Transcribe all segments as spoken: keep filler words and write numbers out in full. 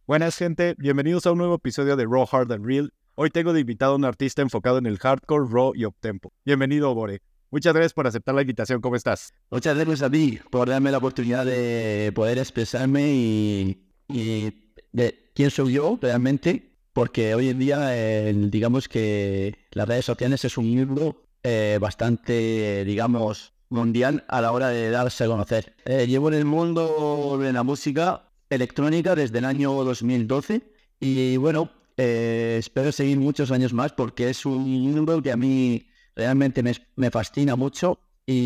Buenas gente, bienvenidos a un nuevo episodio de Raw, Hard and Real. Hoy tengo de invitado a un artista enfocado en el hardcore, raw y uptempo. Bienvenido, Bore. Muchas gracias por aceptar la invitación, ¿cómo estás? Muchas gracias a ti por darme la oportunidad de poder expresarme y, y de quién soy yo realmente, porque hoy en día eh, digamos que las redes sociales es un mundo eh, bastante, digamos, mundial a la hora de darse a conocer. Eh, llevo en el mundo de la música electrónica desde el año dos mil doce y bueno, eh, espero seguir muchos años más porque es un mundo que a mí realmente me, me fascina mucho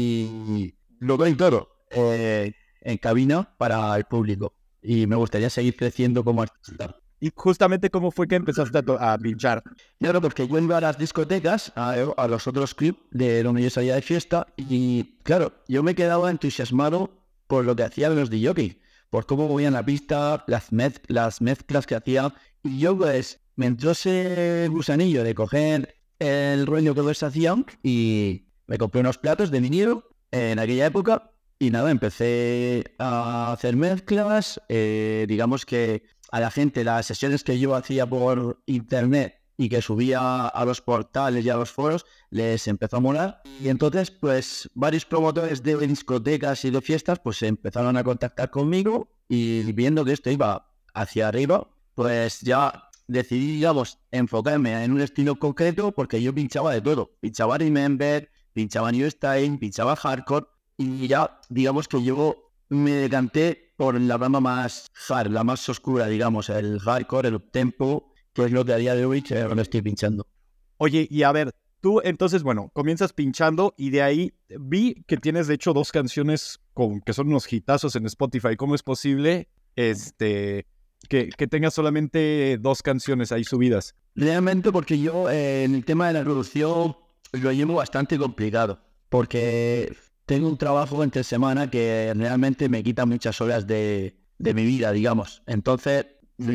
y lo doy todo eh, en cabina para el público. Y me gustaría seguir creciendo como artista. Y justamente, ¿cómo fue que empezaste a, to- a pinchar? Claro, porque yo iba a las discotecas, a, a los otros clubs de donde yo salía de fiesta, y claro, yo me quedaba entusiasmado por lo que hacían los D Js, por cómo movían la pista, las, mez las mezclas que hacían. Y yo pues me entró ese gusanillo de coger el rollo que ellos hacían y me compré unos platos de vinilo en aquella época y nada, empecé a hacer mezclas, eh, digamos que a la gente las sesiones que yo hacía por internet y que subía a los portales y a los foros les empezó a molar y entonces pues varios promotores de discotecas y de fiestas pues empezaron a contactar conmigo y viendo que esto iba hacia arriba pues ya decidí, digamos, enfocarme en un estilo concreto porque yo pinchaba de todo. Pinchaba Remember, pinchaba New Style, pinchaba Hardcore y ya, digamos que yo me decanté por la rama más hard, la más oscura, digamos, el Hardcore, el uptempo, que es lo que a día de hoy que lo estoy pinchando. Oye, y a ver, tú entonces, bueno, comienzas pinchando y de ahí vi que tienes de hecho dos canciones con, que son unos hitazos en Spotify. ¿Cómo es posible este, que, que tengas solamente dos canciones ahí subidas? Realmente porque yo eh, en el tema de la producción lo llevo bastante complicado, porque tengo un trabajo entre semana que realmente me quita muchas horas de, de mi vida, digamos. Entonces,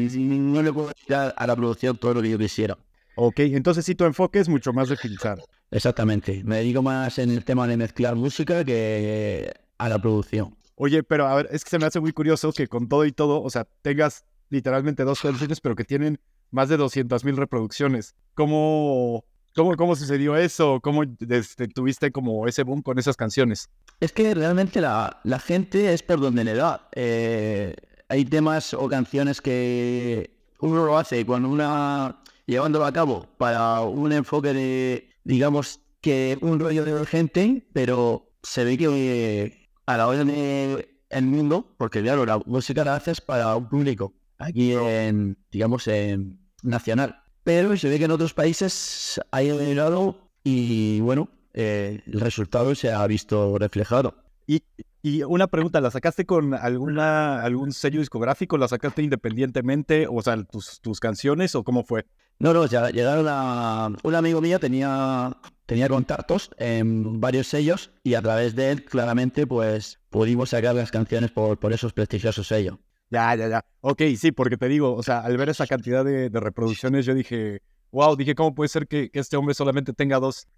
no le puedo tirar a la producción todo lo que yo quisiera. Ok, entonces sí, tu enfoque es mucho más de pinchar. Exactamente. Me dedico más en el tema de mezclar música que a la producción. Oye, pero a ver, es que se me hace muy curioso que con todo y todo, o sea, tengas literalmente dos canciones, pero que tienen más de doscientas mil reproducciones. ¿Cómo, cómo, cómo sucedió eso? ¿Cómo este, tuviste como ese boom con esas canciones? Es que realmente la, la gente es por donde le da. Eh, hay temas o canciones que uno lo hace con una llevándolo a cabo para un enfoque de, digamos, que un rollo de gente, pero se ve que eh, a la hora de el mundo, porque claro, la música la haces para un público, aquí en, digamos, en nacional. Pero se ve que en otros países ha llegado y bueno, eh, el resultado se ha visto reflejado. Y, y una pregunta, ¿la sacaste con alguna algún sello discográfico? ¿La sacaste independientemente? O sea, tus, tus canciones o cómo fue? No, no, ya llegaron a... Un amigo mío tenía, tenía contactos en varios sellos y a través de él, claramente, pues pudimos sacar las canciones por, por esos prestigiosos sellos. Ya, ya, ya. Ok, sí, porque te digo, o sea, al ver esa cantidad de, de reproducciones, yo dije, wow, dije, ¿cómo puede ser que, que este hombre solamente tenga dos?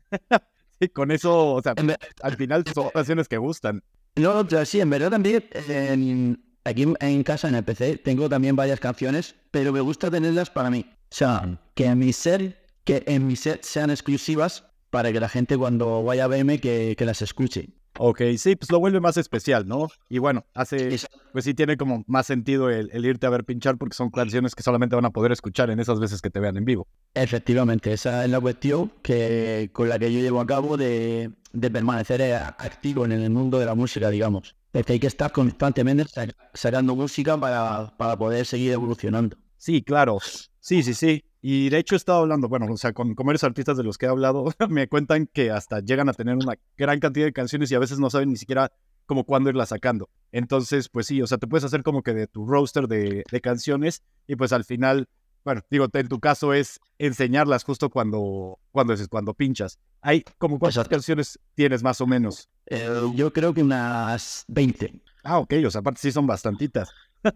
Y con eso, o sea, En ver- al final son canciones que gustan. No, no, pero sí, en verdad también, en- aquí en, en casa, en el P C, tengo también varias canciones, pero me gusta tenerlas para mí. O sea, que en mi set, que en mi set sean exclusivas para que la gente cuando vaya a verme que, que las escuche. Ok, sí, pues lo vuelve más especial, ¿no? Y bueno, hace, Es- pues sí tiene como más sentido el, el irte a ver pinchar porque son canciones que solamente van a poder escuchar en esas veces que te vean en vivo. Efectivamente, esa es la cuestión que, con la que yo llevo a cabo de, de permanecer eh, activo en el mundo de la música, digamos. Porque hay que estar constantemente sa- sacando música para, para poder seguir evolucionando. Sí, claro. Sí, sí, sí. Y de hecho he estado hablando, bueno, o sea, con, con varios artistas de los que he hablado, me cuentan que hasta llegan a tener una gran cantidad de canciones y a veces no saben ni siquiera como cuándo irlas sacando. Entonces, pues sí, o sea, te puedes hacer como que de tu roster de, de canciones y pues al final, bueno, digo, en tu caso es enseñarlas justo cuando, cuando, es, cuando pinchas. Hay como cuántas Exacto. canciones tienes más o menos. Eh, yo creo que unas veinte. Ah, ok, o sea, aparte sí son bastantitas.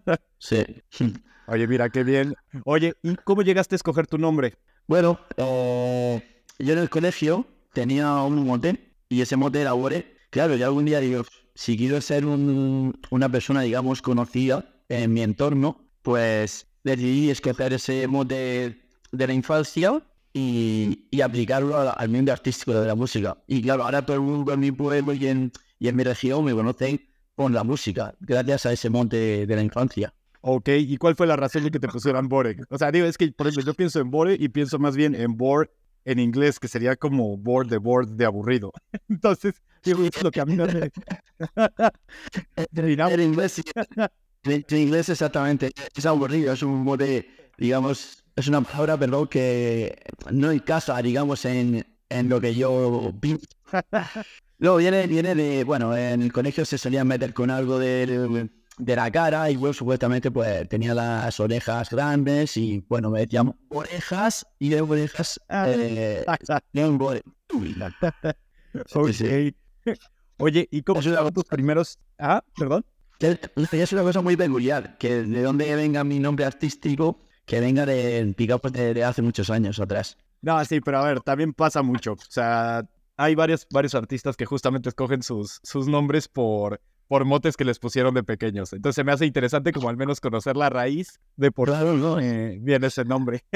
Sí. Oye, mira, qué bien. Oye, ¿y cómo llegaste a escoger tu nombre? Bueno, eh, yo en el colegio tenía un mote y ese mote era Bore. Claro, yo algún día digo, si quiero ser un- una persona, digamos, conocida en mi entorno, pues decidí escoger ese mote de la infancia y, y aplicarlo al, al mundo artístico de la música. Y claro, ahora todo el mundo en mi pueblo y en, y en mi región me conocen por la música, gracias a ese monte de, de la infancia. Ok, ¿y cuál fue la razón de que te pusieran Bore? O sea, digo, es que, por ejemplo, yo pienso en Bore y pienso más bien en bore en inglés, que sería como bored de bored de aburrido. Entonces, digo, eso es lo que a mí me hace... En inglés, sí. En inglés exactamente, es aburrido, es un mote, digamos, es una palabra, perdón, que no encaja, digamos, en, en lo que yo pienso. No, viene, viene de, bueno, en el colegio se solían meter con algo de, de la cara y bueno, supuestamente pues tenía las orejas grandes y bueno, me decían orejas y de orejas, eh, un bore. Ok. Sí, sí. Oye, ¿y cómo Es una- fueron tus primeros... Ah, perdón. que- es una cosa muy peculiar, que de dónde venga mi nombre artístico, que venga de, digamos, de, de hace muchos años atrás. No, sí, pero a ver, también pasa mucho. O sea, hay varios, varios artistas que justamente escogen sus, sus nombres por, por motes que les pusieron de pequeños. Entonces se me hace interesante como al menos conocer la raíz de por qué Claro, no, eh, viene ese nombre.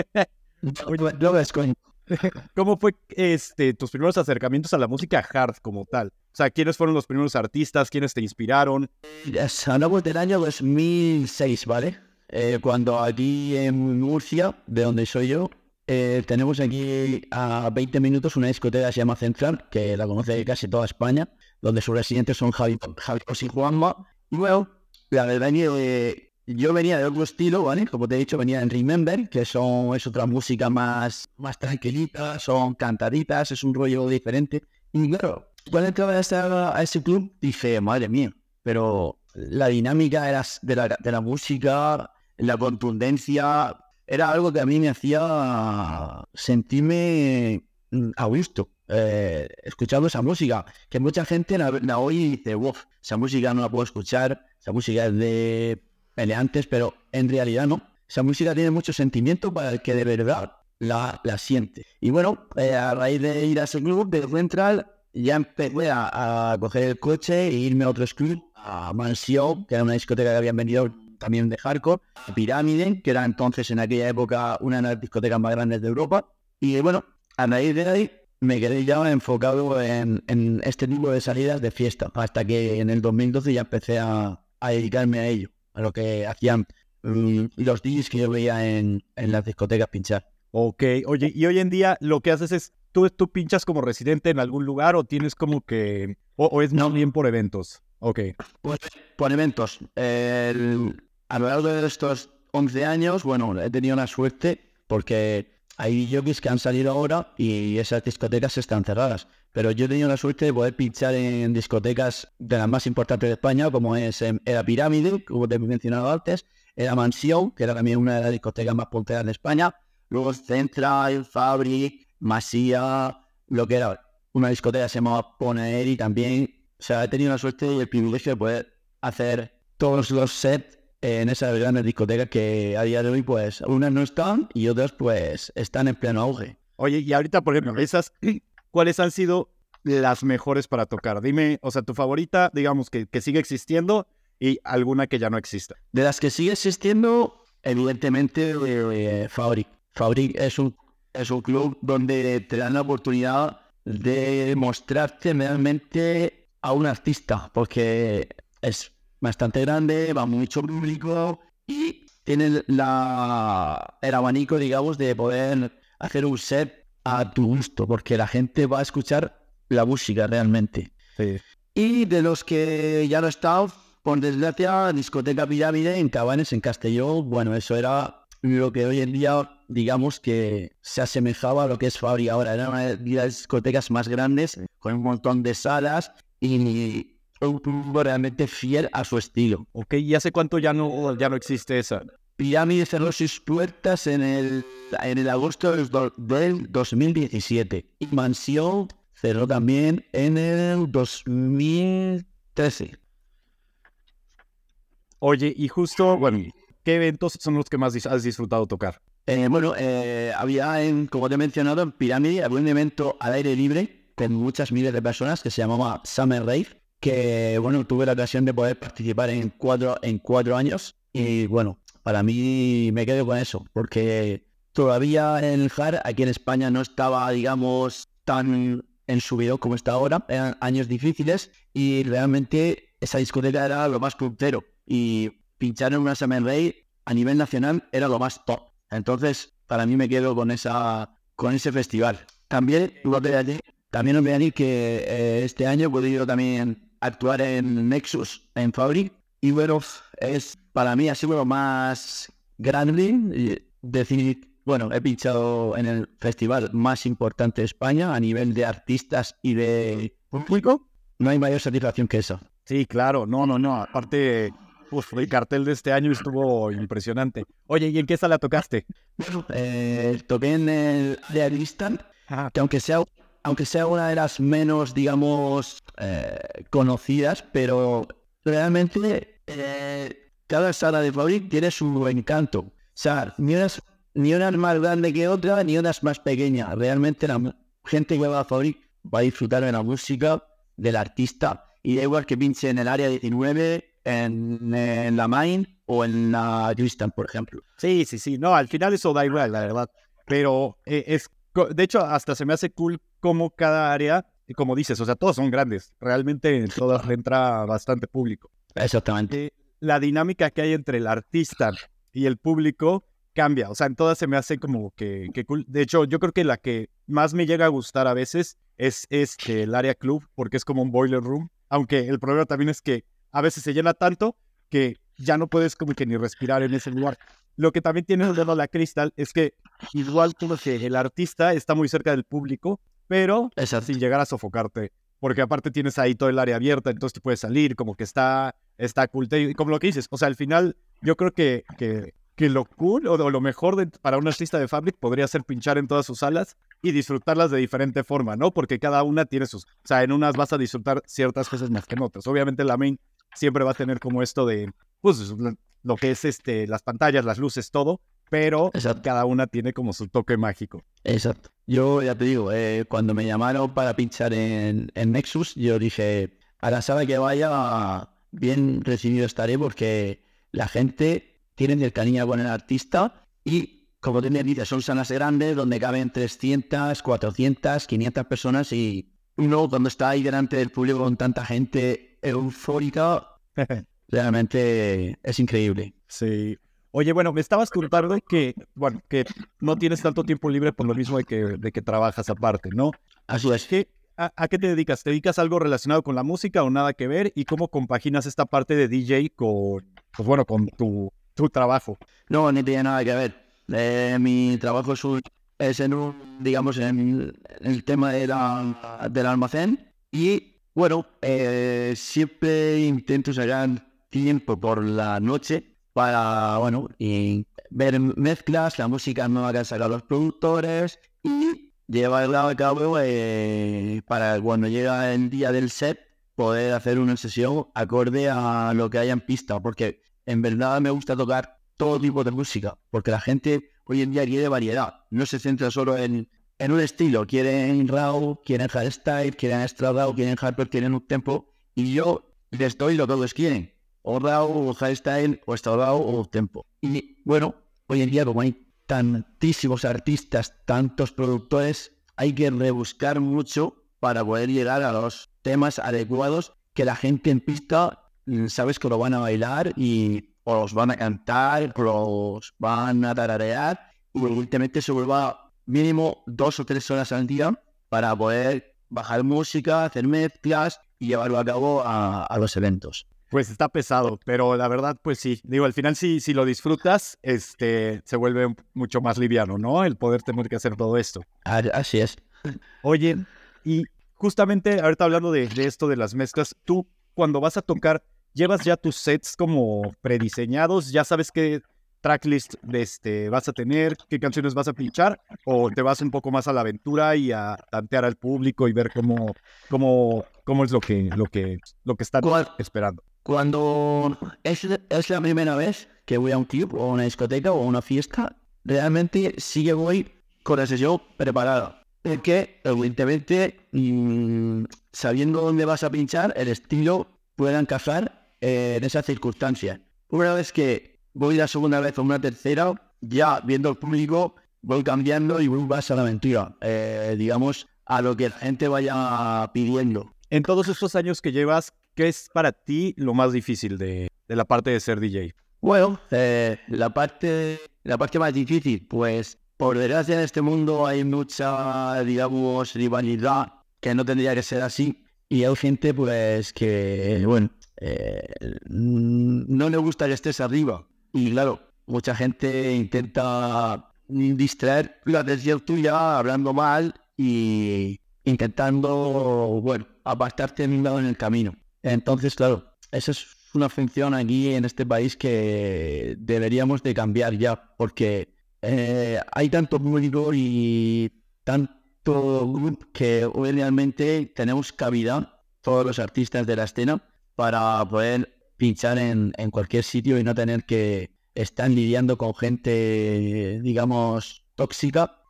no, no es coño. ¿Cómo fue este, tus primeros acercamientos a la música hard como tal? O sea, ¿quiénes fueron los primeros artistas? ¿Quiénes te inspiraron? Hablamos del año dos mil seis, ¿vale? Eh, cuando aquí en Murcia, de donde soy yo, eh, tenemos aquí a veinte minutos una discoteca que se llama Central, que la conoce casi toda España, donde sus residentes son Javi, Javi Cos y Juanma. Y bueno, la verdad es que eh, yo venía de otro estilo, ¿vale? Como te he dicho, venía en Remember, que son, es otra música más, más tranquilita, son cantaditas, es un rollo diferente. Y claro, cuando entraba a, esa- a ese club, dije, madre mía, pero la dinámica era de la, de la música, la contundencia, era algo que a mí me hacía sentirme mm, a gusto, eh, escuchando esa música, que mucha gente la, la oye y dice, wow, esa música no la puedo escuchar, esa música es de peleantes, pero en realidad no. Esa música tiene mucho sentimiento para el que de verdad la, la siente. Y bueno, eh, a raíz de ir a ese club de Central, ya empecé a, a coger el coche e irme a otro club, a Mansión, que era una discoteca que habían venido también de hardcore, a Pirámide, que era entonces en aquella época una de las discotecas más grandes de Europa. Y bueno, a raíz de ahí me quedé ya enfocado en, en este tipo de salidas de fiesta, hasta que en el dos mil doce ya empecé a, a dedicarme a ello, a lo que hacían mm, los D Js que yo veía en, en las discotecas pinchar. Ok, oye, y hoy en día lo que haces es, ¿tú, tú pinchas como residente en algún lugar o tienes como que, o, o es No. más bien por eventos? Ok, Pues por eventos. El- a lo largo de estos once años, bueno, he tenido la suerte porque hay jockeys que han salido ahora y esas discotecas están cerradas. Pero yo he tenido la suerte de poder pinchar en discotecas de las más importantes de España, como es em, era Pirámide, como te he mencionado antes, era Mansión, que era también una de las discotecas más punteras de España, luego Central, Fabric, Masía, lo que era una discoteca que se llamaba Ponaeri también. O sea, he tenido la suerte y el privilegio de poder hacer todos los sets en esas grandes discotecas que a día de hoy, pues, unas no están y otras, pues, están en pleno auge. oye, y ahorita, por ejemplo, esas, ¿cuáles han sido las mejores para tocar? Dime, o sea, tu favorita, digamos, que, que sigue existiendo y alguna que ya no exista. De las que sigue existiendo, evidentemente, eh, Fabric. Fabric es un, es un club donde te dan la oportunidad de mostrarte realmente a un artista, porque es bastante grande, va mucho público y tiene la, el abanico, digamos, de poder hacer un set a tu gusto, porque la gente va a escuchar la música realmente. Sí. Y de los que ya no he estado, por desgracia, discoteca Pirámide en Cabanes, en Castellón, bueno, eso era lo que hoy en día, digamos que se asemejaba a lo que es Fabri ahora. Era una de las discotecas más grandes, con un montón de salas y un público realmente fiel a su estilo. Ok, ¿y hace cuánto ya no, ya no existe esa? Pirámide cerró sus puertas en el, en el agosto del, do- del dos mil diecisiete y Mansión cerró también en el dos mil trece. Oye, y justo, bueno, ¿qué eventos son los que más dis- has disfrutado tocar? Eh, bueno, eh, había, en, como te he mencionado, en Pirámide había un evento al aire libre con muchas miles de personas que se llamaba Summer Rave, que, bueno, tuve la ocasión de poder participar en cuatro, en cuatro años y, bueno, para mí me quedo con eso, porque todavía el hard aquí en España no estaba, digamos, tan en su video como está ahora, eran años difíciles y realmente esa discoteca era lo más puntero y pinchar en una Summer Rave a nivel nacional era lo más top. Entonces, para mí me quedo con esa con ese festival. También, os voy a decir, también os voy a decir que eh, este año he podido también actuar en Nexus, en Fabric, y bueno, es para mí ha sido lo más grande y decir, bueno, he pinchado en el festival más importante de España a nivel de artistas y de público. No hay mayor satisfacción que eso. Sí, claro, no, no, no, aparte, uf, el cartel de este año estuvo impresionante. Oye, ¿y en qué sala tocaste? Bueno, eh, toqué en el de Distant, Ah, que aunque sea, aunque sea una de las menos, digamos, eh, conocidas, pero realmente eh, cada sala de Fabric tiene su encanto. O sea, ni una, es, ni una es más grande que otra, ni una es más pequeña. Realmente la gente que va a Fabric va a disfrutar de la música, del artista, y da igual que pinche en el área diecinueve, en, en la Main o en la Distant, por ejemplo. sí, sí, sí, no, al final eso da igual, la verdad, pero eh, es, co- de hecho, hasta se me hace cool como cada área, y como dices, o sea, todas son grandes, realmente en todas le entra bastante público. Exactamente. Eh, la dinámica que hay entre el artista y el público cambia, o sea, en todas se me hace como que, que cool. De hecho, yo creo que la que más me llega a gustar a veces es este, el área club, porque es como un boiler room, aunque el problema también es que a veces se llena tanto que ya no puedes como que ni respirar en ese lugar. Lo que también tiene el dedo la Crystal es que igual como que el artista está muy cerca del público, pero Exacto. sin llegar a sofocarte, porque aparte tienes ahí todo el área abierta, entonces te puedes salir, como que está, está cool. Y como lo que dices, o sea, al final yo creo que, que, que lo cool o, o lo mejor de, para un artista de Fabric podría ser pinchar en todas sus salas y disfrutarlas de diferente forma, ¿no? Porque cada una tiene sus, o sea, en unas vas a disfrutar ciertas cosas más que en otras. Obviamente la main siempre va a tener como esto de, pues, lo que es este, las pantallas, las luces, todo, pero Exacto. cada una tiene como su toque mágico. Exacto. Yo ya te digo, eh, cuando me llamaron para pinchar en, en Nexus, yo dije, a la sala que vaya, bien recibido estaré porque la gente tiene cercanía con el artista y, como te dices, son salas grandes donde caben trescientas, cuatrocientas, quinientas personas y uno cuando está ahí delante del público con tanta gente eufórica, realmente es increíble. Sí. Oye, bueno, me estabas contando que, bueno, que no tienes tanto tiempo libre por lo mismo de que, de que trabajas aparte, ¿no? Así es. ¿Qué, a, a qué te dedicas? ¿Te dedicas a algo relacionado con la música o nada que ver? ¿Y cómo compaginas esta parte de D J con, pues bueno, con tu, tu trabajo? No, ni tiene nada que ver. Eh, mi trabajo es, un- es en un, digamos, en, en el tema de la- del almacén y, bueno, eh, siempre intento sacar tiempo por la noche para, bueno, y ver mezclas, la música nueva que han sacado los productores y llevarla a cabo eh, para cuando llega el día del set poder hacer una sesión acorde a lo que haya en pista, porque en verdad me gusta tocar todo tipo de música, porque la gente hoy en día quiere variedad, no se centra solo en, en un estilo, quieren raw, quieren hardstyle, quieren extra raw, quieren hardcore, quieren un tempo, y yo les doy lo que ellos quieren, o raw, o hardstyle, o extra raw, o tempo. Y bueno, hoy en día como hay tantísimos artistas, tantos productores, hay que rebuscar mucho para poder llegar a los temas adecuados que la gente en pista sabes que lo van a bailar y o los van a cantar, o los van a tararear y evidentemente se vuelva mínimo dos o tres horas al día para poder bajar música, hacer mezclas y llevarlo a cabo a, a los eventos. Pues está pesado, pero la verdad, pues sí. Digo, al final si, si lo disfrutas, este, se vuelve un- mucho más liviano, ¿no? El poder tener que hacer todo esto. Así es. Oye, y justamente ahorita hablando de, de esto de las mezclas, tú cuando vas a tocar, ¿llevas ya tus sets como prediseñados? ¿Ya sabes qué tracklist de este, vas a tener? ¿Qué canciones vas a pinchar? ¿O te vas un poco más a la aventura y a tantear al público y ver cómo, cómo, cómo es lo que, lo que, lo que están Cuando, esperando? cuando es, es la primera vez que voy a un club o a una discoteca o a una fiesta, realmente sí que voy con la sesión preparada. Es que, evidentemente, mmm, sabiendo dónde vas a pinchar, el estilo pueda encajar eh, en esas circunstancias. Una vez que voy la segunda vez o una tercera, ya viendo el público, voy cambiando y voy más a la aventura, eh, digamos, a lo que la gente vaya pidiendo. En todos estos años que llevas, ¿qué es para ti lo más difícil de, de la parte de ser D J? Bueno, eh, la parte la parte más difícil, pues por desgracia en este mundo hay mucha, digamos, rivalidad que no tendría que ser así. Y hay gente, pues, que, bueno, eh, no le gusta que estés arriba. Y claro, mucha gente intenta distraer la atención tuya hablando mal y intentando, bueno, apartarte de un lado en el camino. Entonces, claro, esa es una función aquí en este país que deberíamos de cambiar ya, porque eh, hay tanto público y tanto grupo que hoy realmente tenemos cabida, todos los artistas de la escena, para poder pinchar en, en cualquier sitio y no tener que estar lidiando con gente, digamos, tóxica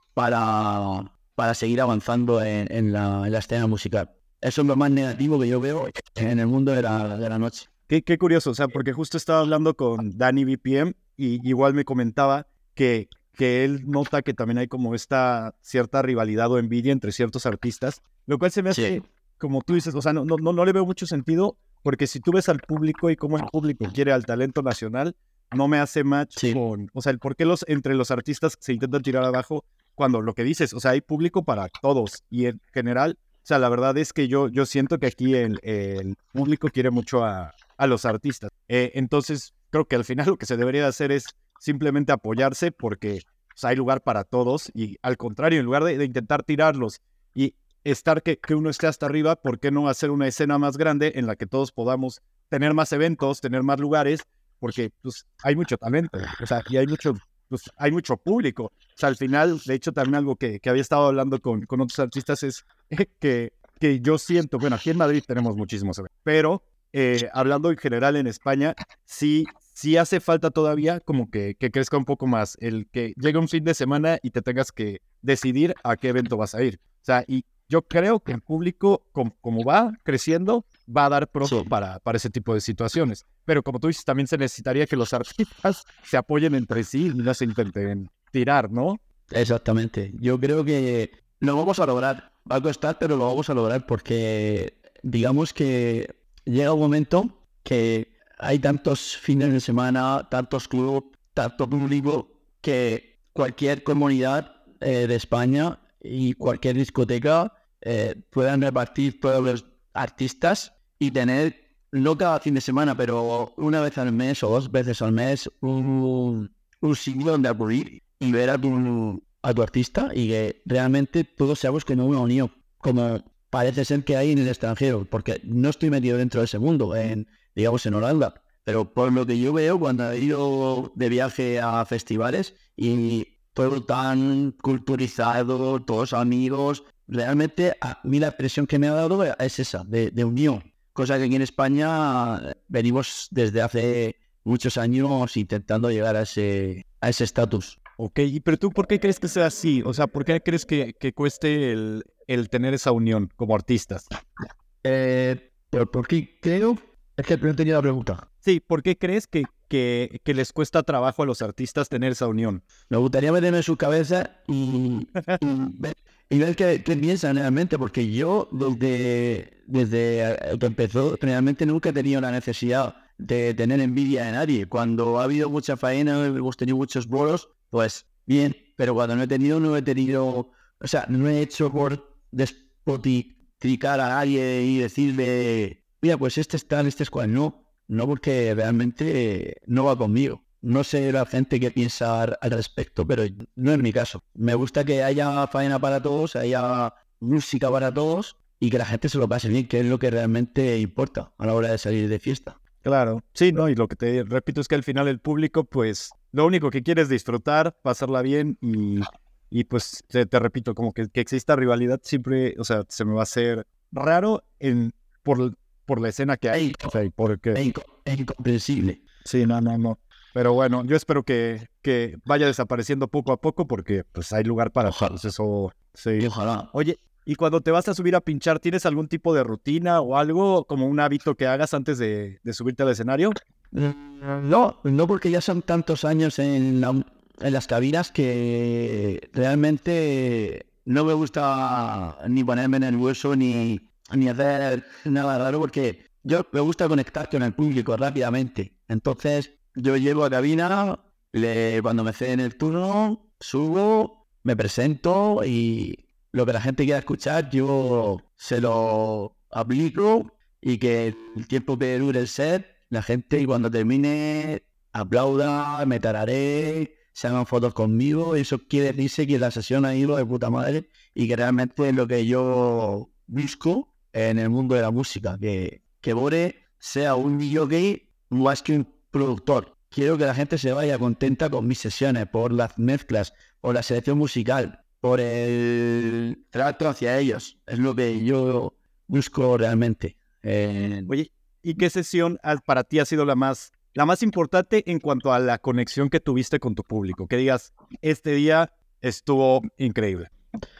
para, para seguir avanzando en, en, la, en la escena musical. Eso es lo más negativo que yo veo en el mundo de la, de la noche. Qué, qué curioso, o sea, porque justo estaba hablando con Danny B P M y igual me comentaba que, que él nota que también hay como esta cierta rivalidad o envidia entre ciertos artistas, lo cual se me hace, sí, como tú dices, o sea, no, no, no le veo mucho sentido, porque si tú ves al público y cómo el público quiere al talento nacional, no me hace match sí. con, o sea, el por qué los, entre los artistas se intentan tirar abajo, cuando lo que dices, o sea, hay público para todos, y en general, o sea, la verdad es que yo, yo siento que aquí el, el público quiere mucho a, a los artistas. Eh, entonces, creo que al final lo que se debería hacer es simplemente apoyarse, porque o sea, hay lugar para todos, y al contrario, en lugar de, de intentar tirarlos y estar que, que uno esté hasta arriba, ¿por qué no hacer una escena más grande en la que todos podamos tener más eventos, tener más lugares? Porque pues, hay mucho talento, o sea, y hay mucho, pues, hay mucho público. O sea, al final, de hecho, también algo que, que había estado hablando con, con otros artistas es que, que yo siento, bueno, aquí en Madrid tenemos muchísimos eventos, pero eh, hablando en general en España, sí, sí hace falta todavía como que, que crezca un poco más el que llegue un fin de semana y te tengas que decidir a qué evento vas a ir. O sea, y yo creo que el público, como, como va creciendo, va a dar pronto sí. para, para ese tipo de situaciones. Pero como tú dices, también se necesitaría que los artistas se apoyen entre sí y no se intenten tirar, ¿no? Exactamente. Yo creo que lo vamos a lograr. Va a costar, pero lo vamos a lograr porque digamos que llega un momento que hay tantos fines de semana, tantos clubes, tanto público, que cualquier comunidad eh, de España y cualquier discoteca eh, puedan repartir todos los artistas y tener, no cada fin de semana, pero una vez al mes o dos veces al mes, un, un sitio donde acudir y ver a tu, a tu artista y que realmente todos seamos que no una unión, como parece ser que hay en el extranjero, porque no estoy metido dentro de ese mundo, en, digamos en Holanda, pero por lo que yo veo cuando he ido de viaje a festivales y todo tan culturizado, todos amigos, realmente a mí la impresión que me ha dado es esa, de, de unión, cosa que aquí en España venimos desde hace muchos años intentando llegar a ese a ese estatus. Ok, pero tú, ¿por qué crees que sea así? O sea, ¿por qué crees que, que cueste el, el tener esa unión como artistas? Eh, ¿por, ¿Por qué creo? Es que no he tenido la pregunta. Sí, ¿por qué crees que, que, que les cuesta trabajo a los artistas tener esa unión? Me gustaría meterme en su cabeza y, y ver, y ver qué, qué piensan realmente, porque yo desde, desde que empezó, realmente nunca he tenido la necesidad de tener envidia de nadie. Cuando ha habido mucha faena, hemos tenido muchos bolos, pues bien, pero cuando no he tenido, no he tenido, o sea, no he hecho por despotricar a nadie y decirle, mira, pues este es tal, este es cual, no, no porque realmente no va conmigo. No sé la gente qué piensa al respecto, pero no es mi caso. Me gusta que haya faena para todos, haya música para todos y que la gente se lo pase bien, que es lo que realmente importa a la hora de salir de fiesta. Claro, sí, no, y lo que te repito es que al final el público, pues, lo único que quiere es disfrutar, pasarla bien y, y pues, te, te repito, como que, que exista rivalidad siempre, o sea, se me va a hacer raro en por, por la escena que hay. O sea, porque... es, inc es incomprensible. Sí, no, no, no. Pero bueno, yo espero que, que vaya desapareciendo poco a poco porque, pues, hay lugar para todos. Eso, sí. Ojalá. Oye, y cuando te vas a subir a pinchar, ¿tienes algún tipo de rutina o algo como un hábito que hagas antes de, de subirte al escenario? No, no porque ya son tantos años en, la- en las cabinas que realmente no me gusta ni ponerme nervioso ni, ni hacer nada raro porque yo me gusta conectar con el público rápidamente. Entonces yo llego a cabina, le, cuando me ceden el turno, subo, me presento y lo que la gente quiera escuchar yo se lo aplico y que el tiempo que dure el set, la gente y cuando termine aplauda, me tararé, se hagan fotos conmigo. Eso quiere decirse que la sesión ha ido de puta madre y que realmente es lo que yo busco en el mundo de la música, que, que Bore sea un D J más que un productor. Quiero que la gente se vaya contenta con mis sesiones, por las mezclas, por la selección musical, por el trato hacia ellos. Es lo que yo busco realmente. Eh, Oye, ¿y qué sesión ha- para ti ha sido la más, la más importante en cuanto a la conexión que tuviste con tu público? Que digas, este día estuvo increíble.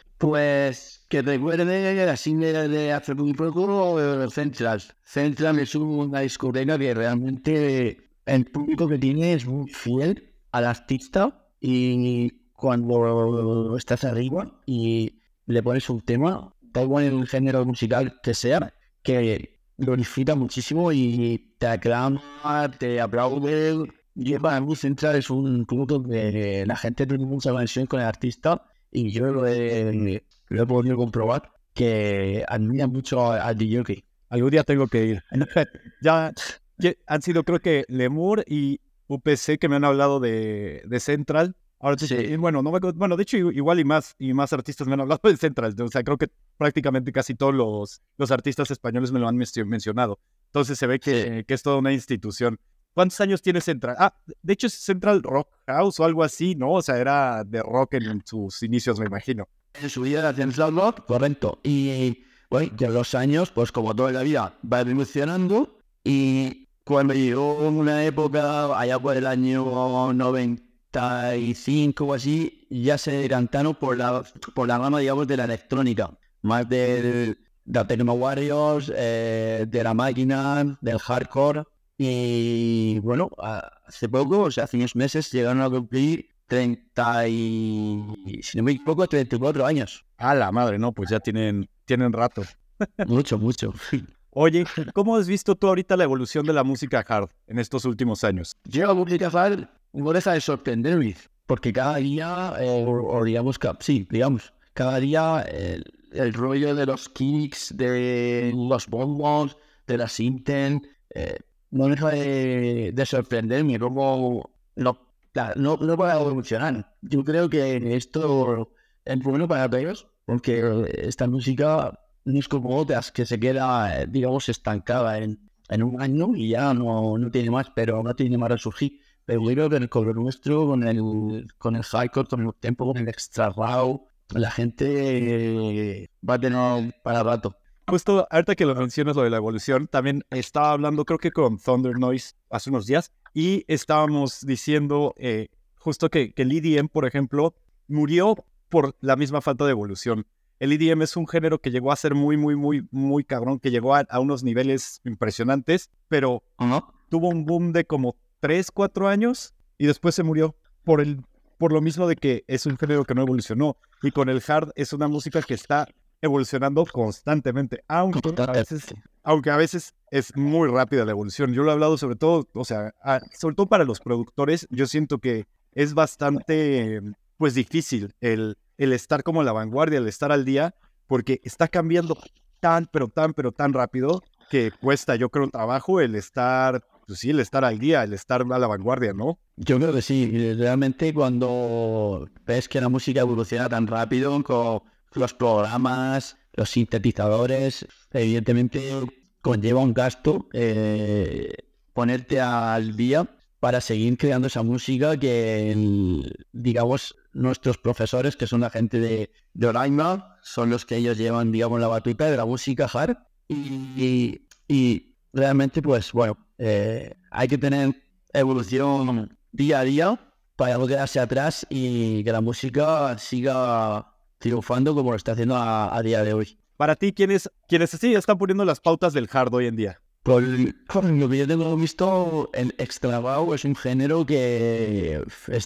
Pues que recuerde así de, de hace muy poco eh, Central. Central es una discoteca que realmente el público que tiene es muy fiel al artista y cuando estás arriba y le pones un tema, da igual el género musical que sea, que lo disfruta muchísimo y te aclama, te aplaude. Y para mí Central es un punto que la gente tiene mucha conexión con el artista y yo lo he, lo he podido comprobar que admira mucho a- al D J. Algún día tengo que ir. Ya, ya han sido, creo que Lemur y U P C que me han hablado de, de Central. Ahora, sí. Sí. Bueno, no me, acuerdo- bueno, de hecho, igual y más, y más artistas me han hablado de Central. O sea, creo que prácticamente casi todos los, los artistas españoles me lo han mencio- mencionado. Entonces se ve que, que es toda una institución. ¿Cuántos años tiene Central? Ah, de hecho es Central Rock House o algo así, ¿no? O sea, era de rock en, en sus inicios, me imagino. En su vida era Central Rock, correcto. Y bueno, ya los años, pues como toda la vida, va evolucionando. Y cuando llegó una época, allá por el año noventa y cinco o así, ya se decantaron por la, por la rama, digamos, de la electrónica. Más del, de Tecno Warriors, eh, de la máquina, del hardcore. Y bueno, hace poco, o sea, hace unos meses, llegaron a cumplir treinta y, si no me equivoco, treinta y cuatro años. A la madre, no, pues ya tienen, tienen rato. Mucho, mucho. Oye, ¿cómo has visto tú ahorita la evolución de la música hard en estos últimos años? Yo la música hard no deja de sorprenderme, porque cada día, eh, o, o digamos, que, sí, digamos, cada día el, el rollo de los kicks, de los bombos, de la synth, eh, no deja de, de sorprenderme, como no, la- no, no para evolucionar. Yo creo que esto es bueno para todos, porque esta música no es como otras que se queda, eh, digamos, estancada en, en un año y ya no, no tiene más, pero no tiene más resurgir. Pero yo creo que con lo nuestro, con el, con el hardcore, con el tempo, con el extra raw, la gente eh, va a tener para rato. Justo ahorita que lo mencionas lo de la evolución, también estaba hablando creo que con Thunder Noise hace unos días y estábamos diciendo eh, justo que, que el E D M, por ejemplo, murió por la misma falta de evolución. El E D M es un género que llegó a ser muy, muy, muy, muy cabrón, que llegó a, a unos niveles impresionantes, pero ¿No? tuvo un boom de como tres, cuatro años y después se murió por, el, por lo mismo de que es un género que no evolucionó. Y con el hard es una música que está evolucionando constantemente, aunque a veces, aunque a veces es muy rápida la evolución. Yo lo he hablado sobre todo, o sea, a, sobre todo para los productores, yo siento que es bastante, pues, difícil el, el estar como a la vanguardia, el estar al día, porque está cambiando tan, pero tan, pero tan rápido que cuesta, yo creo, trabajo el estar, pues sí, el estar al día, el estar a la vanguardia, ¿no? Yo creo que sí. Realmente cuando ves que la música evoluciona tan rápido con los programas, los sintetizadores, evidentemente conlleva un gasto eh, ponerte al día para seguir creando esa música que, digamos, nuestros profesores, que son la gente de, de Oraima, son los que ellos llevan, digamos, la batuta de la música hard. Y, y, y realmente, pues bueno, eh, hay que tener evolución día a día para no quedarse atrás y que la música siga triunfando como lo está haciendo a, a día de hoy. Para ti, ¿quiénes, quiénes sí están poniendo las pautas del hard hoy en día? Por, por lo que yo tengo visto, el extra raw es un género que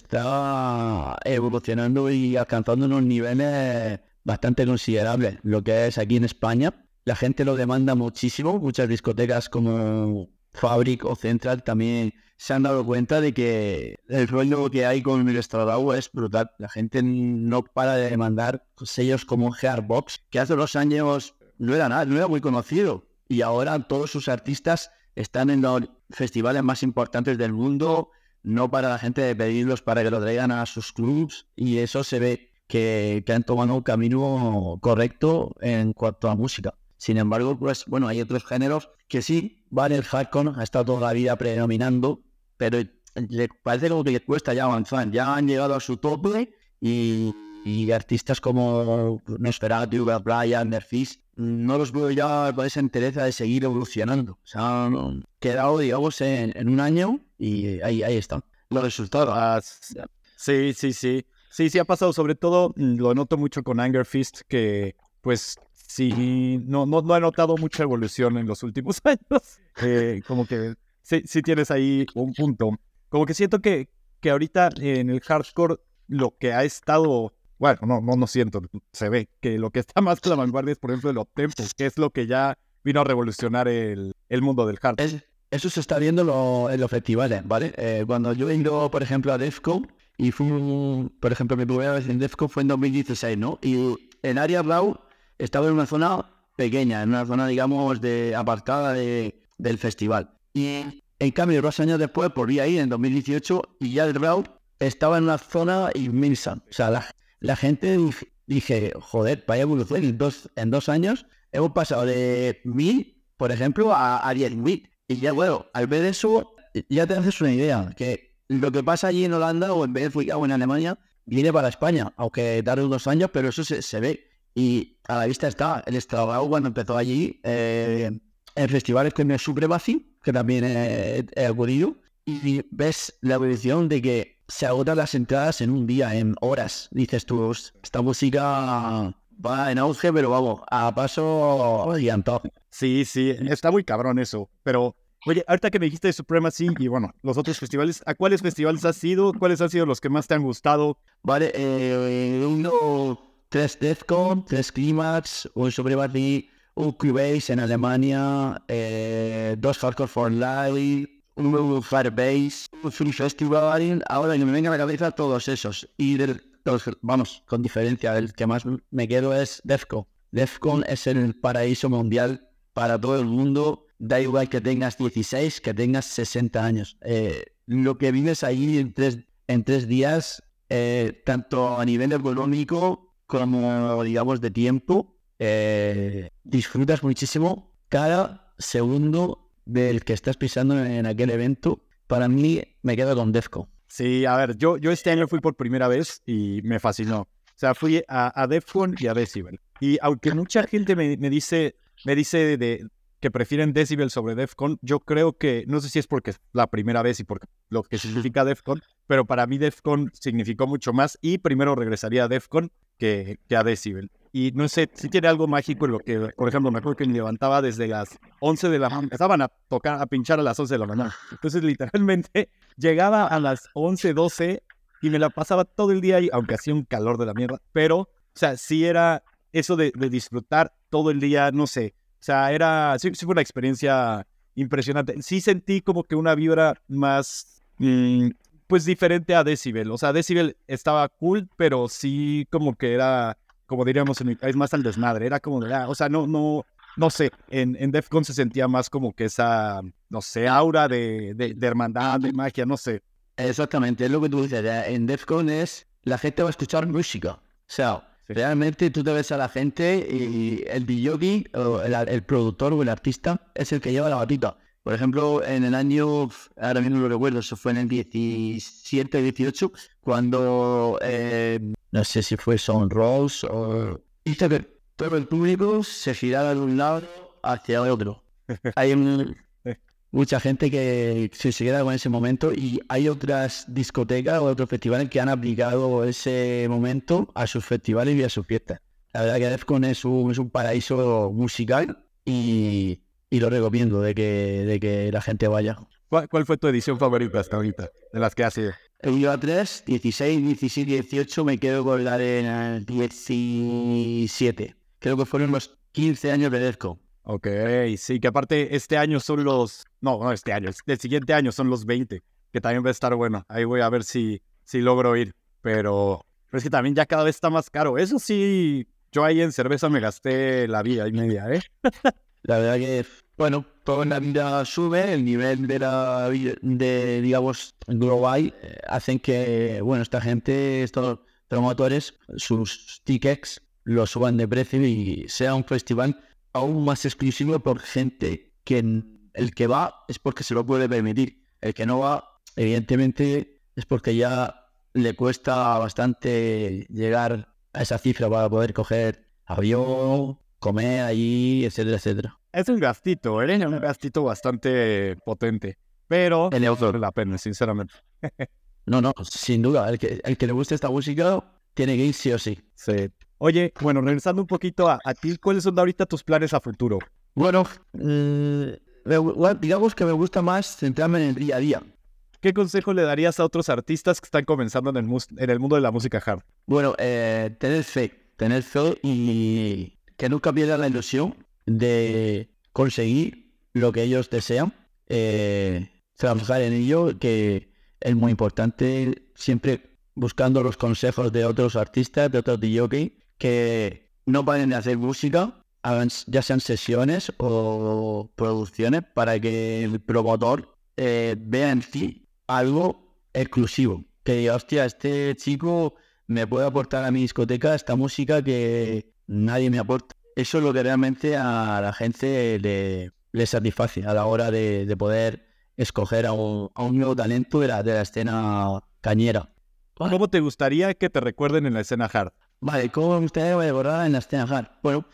está evolucionando y alcanzando unos niveles bastante considerables. Lo que es aquí en España, la gente lo demanda muchísimo. Muchas discotecas como Fabric o Central también se han dado cuenta de que el rollo que hay con el extra raw es brutal. La gente no para de demandar sellos como Gearbox, que hace unos años no era nada, no era muy conocido. Y ahora todos sus artistas están en los festivales más importantes del mundo, no para la gente de pedirlos para que lo traigan a sus clubs, y eso se ve que, que han tomado un camino correcto en cuanto a música. Sin embargo, pues bueno, hay otros géneros que sí, vale, el hardcore ha estado toda la vida predominando, pero le parece como que les cuesta ya avanzar, ya han llegado a su tope y... Y artistas como Nosferatu, Brian, Nerfis, no los veo ya con esa entereza de seguir evolucionando. O sea, han quedado, digamos, en, en un año y ahí, ahí están los resultados. Ah, sí, sí, sí. Sí, sí ha pasado. Sobre todo lo noto mucho con Anger Fist, que pues sí, no, no, no he notado mucha evolución en los últimos años. Eh, como que sí, sí tienes ahí un punto. Como que siento que, que ahorita en el hardcore lo que ha estado... Bueno, no, no, no siento, se ve que lo que está más a la vanguardia es, por ejemplo, el uptempo, que es lo que ya vino a revolucionar el, el mundo del hardcore. Es, eso se está viendo lo, en los festivales, ¿vale? Eh, cuando yo he ido, por ejemplo, a Defcon, y fui, por ejemplo, mi primera vez en Defcon fue en dos mil dieciséis, ¿no? Y en Área Raw estaba en una zona pequeña, en una zona, digamos, de apartada de, del festival. Y en cambio, dos años después volví ahí en dos mil dieciocho y ya el Raw estaba en una zona inmensa. O sea, la La gente dije, joder, vaya evolución, en dos, en dos años hemos pasado de mil, por ejemplo, a, a diez mil. Y ya, bueno, al ver eso, ya te haces una idea, que lo que pasa allí en Holanda o en Bélgica o en Alemania, viene para España, aunque tarde unos años, pero eso se, se ve. Y a la vista está, el extra raw cuando empezó allí, eh, en festivales como Supremacy, que también he, he acudido, y ves la evolución de que se agotan las entradas en un día, en horas. Dices tú, esta música va en auge, pero vamos, a paso gigantado. Sí, sí, está muy cabrón eso. Pero, oye, ahorita que me dijiste de Supremacy y bueno, los otros festivales, ¿a cuáles festivales has ido? ¿Cuáles han sido los que más te han gustado? Vale, eh, uno, tres Defcon, tres Climax, un Supremacy, un Cubase en Alemania, eh, dos Hardcore for Life, un Firebase, un Free Festival. Ahora que me venga a la cabeza todos esos. Y del, los, vamos, con diferencia, el que más me quedo es Defcon. Defcon es el paraíso mundial para todo el mundo. Da igual que tengas dieciséis, que tengas sesenta años. Eh, lo que vives ahí en tres, en tres días, eh, tanto a nivel económico como, digamos, de tiempo, eh, disfrutas muchísimo cada segundo del que estás pisando en aquel evento. Para mí, me quedo con Defcon. Sí, a ver, yo, yo este año fui por primera vez y me fascinó. O sea, fui a, a Defcon y a Decibel. Y aunque mucha gente me, me dice, me dice de, de, que prefieren Decibel sobre Defcon, yo creo que, no sé si es porque es la primera vez y porque lo que significa Defcon, pero para mí Defcon significó mucho más y primero regresaría a Defcon que, que a Decibel. Y no sé, si tiene algo mágico en lo que, por ejemplo, me acuerdo que me levantaba desde las once de la mañana, estaban a tocar, a pinchar a las once de la mañana. Entonces, literalmente, llegaba a las once, doce y me la pasaba todo el día ahí, aunque hacía un calor de la mierda. Pero, o sea, sí era eso de, de disfrutar todo el día, no sé. O sea, era, sí, sí fue una experiencia impresionante. Sí sentí como que una vibra más, mmm, pues, diferente a Decibel. O sea, Decibel estaba cool, pero sí como que era... como diríamos en mi país, más al desmadre. Era como de, ah, o sea, no, no, no sé, en, en Defcon se sentía más como que esa, no sé, aura de, de, de hermandad, de magia, no sé. Exactamente, es lo que tú dices. En Defcon es, la gente va a escuchar música. O sea, sí. Realmente tú te ves a la gente y el D J, o el, el productor o el artista es el que lleva la batuta. Por ejemplo, en el año, ahora mismo no lo recuerdo, eso fue en el diecisiete, dieciocho, cuando, eh, no sé si fue Son Rose o... hizo que todo el público se girara de un lado hacia otro. Hay un, mucha gente que se queda con ese momento y hay otras discotecas o otros festivales que han aplicado ese momento a sus festivales y a sus fiestas. La verdad que Defcon es un, es un paraíso musical y... y lo recomiendo de que, de que la gente vaya. ¿Cuál, cuál fue tu edición favorita hasta ahorita, de las que has ido? He ido a tres, dieciséis, diecisiete, dieciocho, me quedo con la de diecisiete. Creo que fueron los quince años de Defcon. Ok, sí, que aparte este año son los... No, no este año, el siguiente año son los veinte, que también va a estar bueno. Ahí voy a ver si, si logro ir, pero, pero es que también ya cada vez está más caro. Eso sí, yo ahí en cerveza me gasté la vida y media, ¿eh? La verdad que, bueno, todo en la vida sube, el nivel de la vida, de, digamos, global, eh, hacen que, bueno, esta gente, estos promotores, sus tickets los suban de precio y sea un festival aún más exclusivo por gente que el que va es porque se lo puede permitir. El que no va, evidentemente, es porque ya le cuesta bastante llegar a esa cifra para poder coger avión, comer allí, etcétera, etcétera. Es un gastito, ¿eh? Un gastito bastante potente, pero El vale la pena, sinceramente. No, no, sin duda. El que, el que le guste esta música tiene que ir sí o sí. Sí. Oye, bueno, regresando un poquito a, a ti, ¿cuáles son ahorita tus planes a futuro? Bueno, eh, digamos que me gusta más centrarme en el día a día. ¿Qué consejo le darías a otros artistas que están comenzando en el, mus- en el mundo de la música hard? Bueno, eh, tener fe, tener fe y que nunca pierdan la ilusión de conseguir lo que ellos desean, eh, trabajar en ello, que es muy importante, siempre buscando los consejos de otros artistas, de otros D J, que no paren de hacer música, hagan, ya sean sesiones o producciones, para que el promotor eh, vea en ti algo exclusivo. Que diga, hostia, este chico me puede aportar a mi discoteca esta música que nadie me aporta. Eso es lo que realmente a la gente le, le satisface a la hora de, de poder escoger a un, a un nuevo talento de la, de la escena cañera. ¿Cómo te gustaría que te recuerden en la escena hard? Vale, ¿cómo me gustaría recordar en la escena hard? Bueno,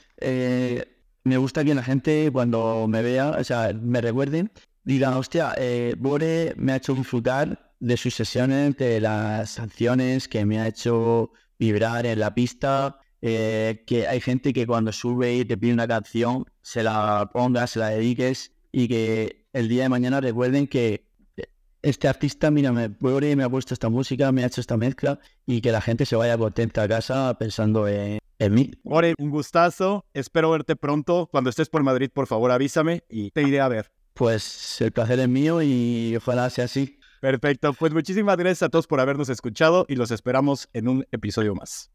eh, me gusta que la gente cuando me vea, o sea, me recuerden, digan, hostia, eh, Bore me ha hecho disfrutar de sus sesiones, de las canciones, que me ha hecho vibrar en la pista, eh, que hay gente que cuando sube y te pide una canción, se la pongas, se la dediques y que el día de mañana recuerden que este artista, mira, me, Bore me ha puesto esta música, me ha hecho esta mezcla y que la gente se vaya contenta a casa pensando en, en mí. Bore, un gustazo, espero verte pronto. Cuando estés por Madrid, por favor, avísame y te iré a ver. Pues el placer es mío y ojalá sea así. Perfecto, pues muchísimas gracias a todos por habernos escuchado y los esperamos en un episodio más.